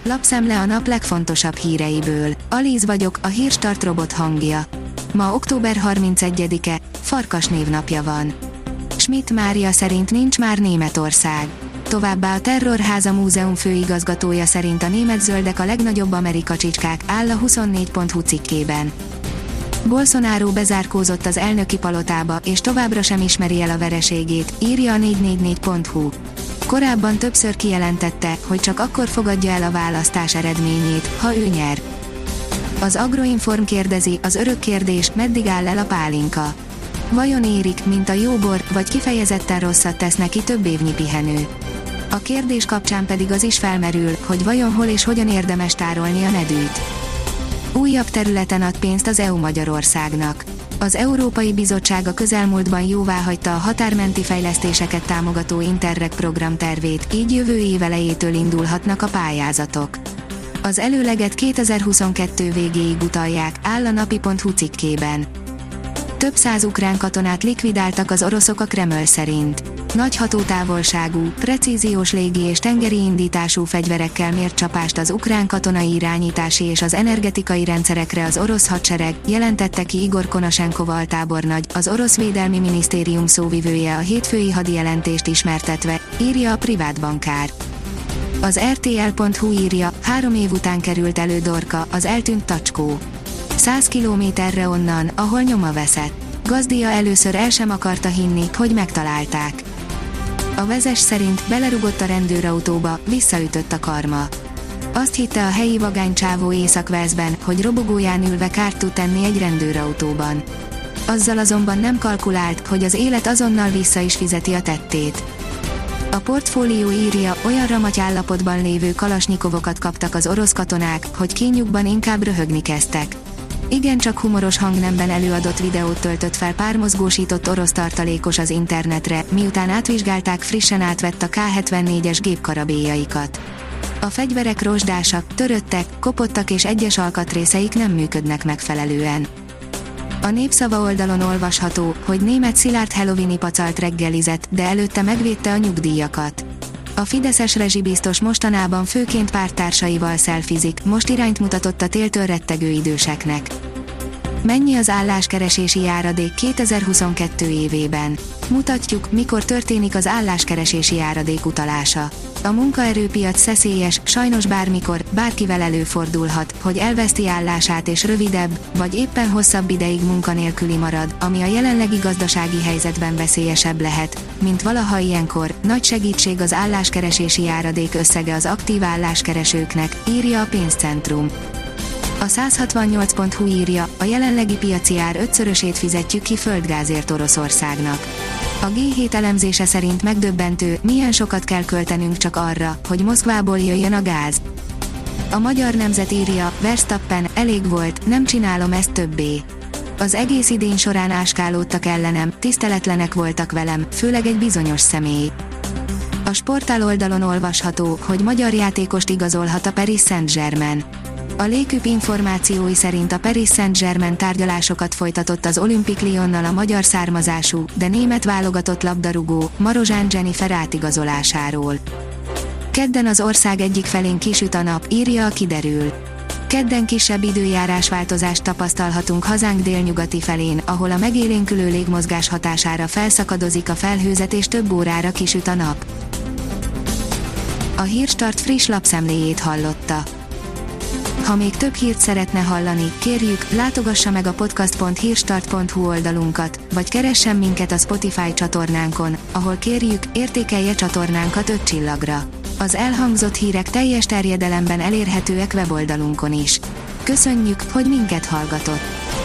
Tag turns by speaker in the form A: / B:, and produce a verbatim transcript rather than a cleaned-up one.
A: Lapszemle a nap legfontosabb híreiből. Alíz vagyok, a Hírstart robot hangja. Ma október harmincegyedike, Farkas névnapja van. Schmidt Mária szerint nincs már Németország. Továbbá a Terrorháza Múzeum főigazgatója szerint a német zöldek a legnagyobb amerikacsicskák, áll a huszonnégy pont hu cikkében. Bolsonaro bezárkózott az elnöki palotába, és továbbra sem ismeri el a vereségét, írja a négy négy négy pont hu. Korábban többször kijelentette, hogy csak akkor fogadja el a választás eredményét, ha ő nyer. Az Agroinform kérdezi, az örök kérdés, meddig áll el a pálinka. Vajon érik, mint a jó bor, vagy kifejezetten rosszat tesz neki több évnyi pihenő? A kérdés kapcsán pedig az is felmerül, hogy vajon hol és hogyan érdemes tárolni a nedűt. Újabb területen ad pénzt az é u Magyarországnak. Az Európai Bizottság a közelmúltban jóváhagyta a határmenti fejlesztéseket támogató Interreg program tervét, így jövő év elejétől indulhatnak a pályázatok. Az előleget kétezer-huszonkettő végéig utalják, áll a napi pont hu cikkében. Több száz ukrán katonát likvidáltak az oroszok a Kreml szerint. Nagy hatótávolságú, precíziós légi és tengeri indítású fegyverekkel mért csapást az ukrán katonai irányítási és az energetikai rendszerekre az orosz hadsereg, jelentette ki Igor Konashenkov altábornagy, az orosz védelmi minisztérium szóvivője a hétfői hadijelentést ismertetve, írja a privát bankár. Az er té el pont hu írja, három év után került elő Dorka, az eltűnt tacskó. száz kilométerre onnan, ahol nyoma veszett. Gazdia először el sem akarta hinni, hogy megtalálták. A Vezes szerint belerugott a rendőrautóba, visszaütött a karma. Azt hitte a helyi vagánycsávó Észak-Walesben, hogy robogóján ülve kárt tud tenni egy rendőrautóban. Azzal azonban nem kalkulált, hogy az élet azonnal vissza is fizeti a tettét. A Portfólió írja, olyan ramaty állapotban lévő kalasnyikovokat kaptak az orosz katonák, hogy kínjukban inkább röhögni kezdtek. Igencsak humoros hangnemben előadott videót töltött fel pár mozgósított orosz tartalékos az internetre, miután átvizsgálták frissen átvett a ká hetvennégyes gépkarabélyaikat. A fegyverek rozsdásak, töröttek, kopottak és egyes alkatrészeik nem működnek megfelelően. A Népszava oldalon olvasható, hogy német Szilárd halloweeni pacalt reggelizett, de előtte megvédte a nyugdíjakat. A fideszes rezsibiztos mostanában főként párttársaival szelfizik, most irányt mutatott a téltől rettegő időseknek. Mennyi az álláskeresési járadék kétezer-huszonkettő évében? Mutatjuk, mikor történik az álláskeresési járadék utalása. A munkaerőpiac szeszélyes, sajnos bármikor, bárkivel előfordulhat, hogy elveszti állását és rövidebb, vagy éppen hosszabb ideig munkanélküli marad, ami a jelenlegi gazdasági helyzetben veszélyesebb lehet, mint valaha ilyenkor. Nagy segítség az álláskeresési járadék összege az aktív álláskeresőknek, írja a Pénzcentrum. A száz hatvannyolc pont hu írja, a jelenlegi piaci ár ötszörösét fizetjük ki földgázért Oroszországnak. A gé hét elemzése szerint megdöbbentő, milyen sokat kell költenünk csak arra, hogy Moszkvából jöjjön a gáz. A Magyar Nemzet írja, Verstappen, elég volt, nem csinálom ezt többé. Az egész idény során áskálódtak ellenem, tiszteletlenek voltak velem, főleg egy bizonyos személy. A Sportál oldalon olvasható, hogy magyar játékost igazolhat a Paris Saint-Germain. A Légküp információi szerint a Paris Saint-Germain tárgyalásokat folytatott az Olympique Lyonnal a magyar származású, de német válogatott labdarúgó, Marozsán Jennifer átigazolásáról. Kedden az ország egyik felén kisüt a nap, írja a Kiderül. Kedden kisebb időjárásváltozást tapasztalhatunk hazánk délnyugati felén, ahol a megélénkülő légmozgás hatására felszakadozik a felhőzet és több órára kisüt a nap. A Hírstart friss lapszemléjét hallotta. Ha még több hírt szeretne hallani, kérjük, látogassa meg a podcast pont hírstart pont hu oldalunkat, vagy keressen minket a Spotify csatornánkon, ahol kérjük, értékelje csatornánkat öt csillagra. Az elhangzott hírek teljes terjedelemben elérhetőek weboldalunkon is. Köszönjük, hogy minket hallgatott!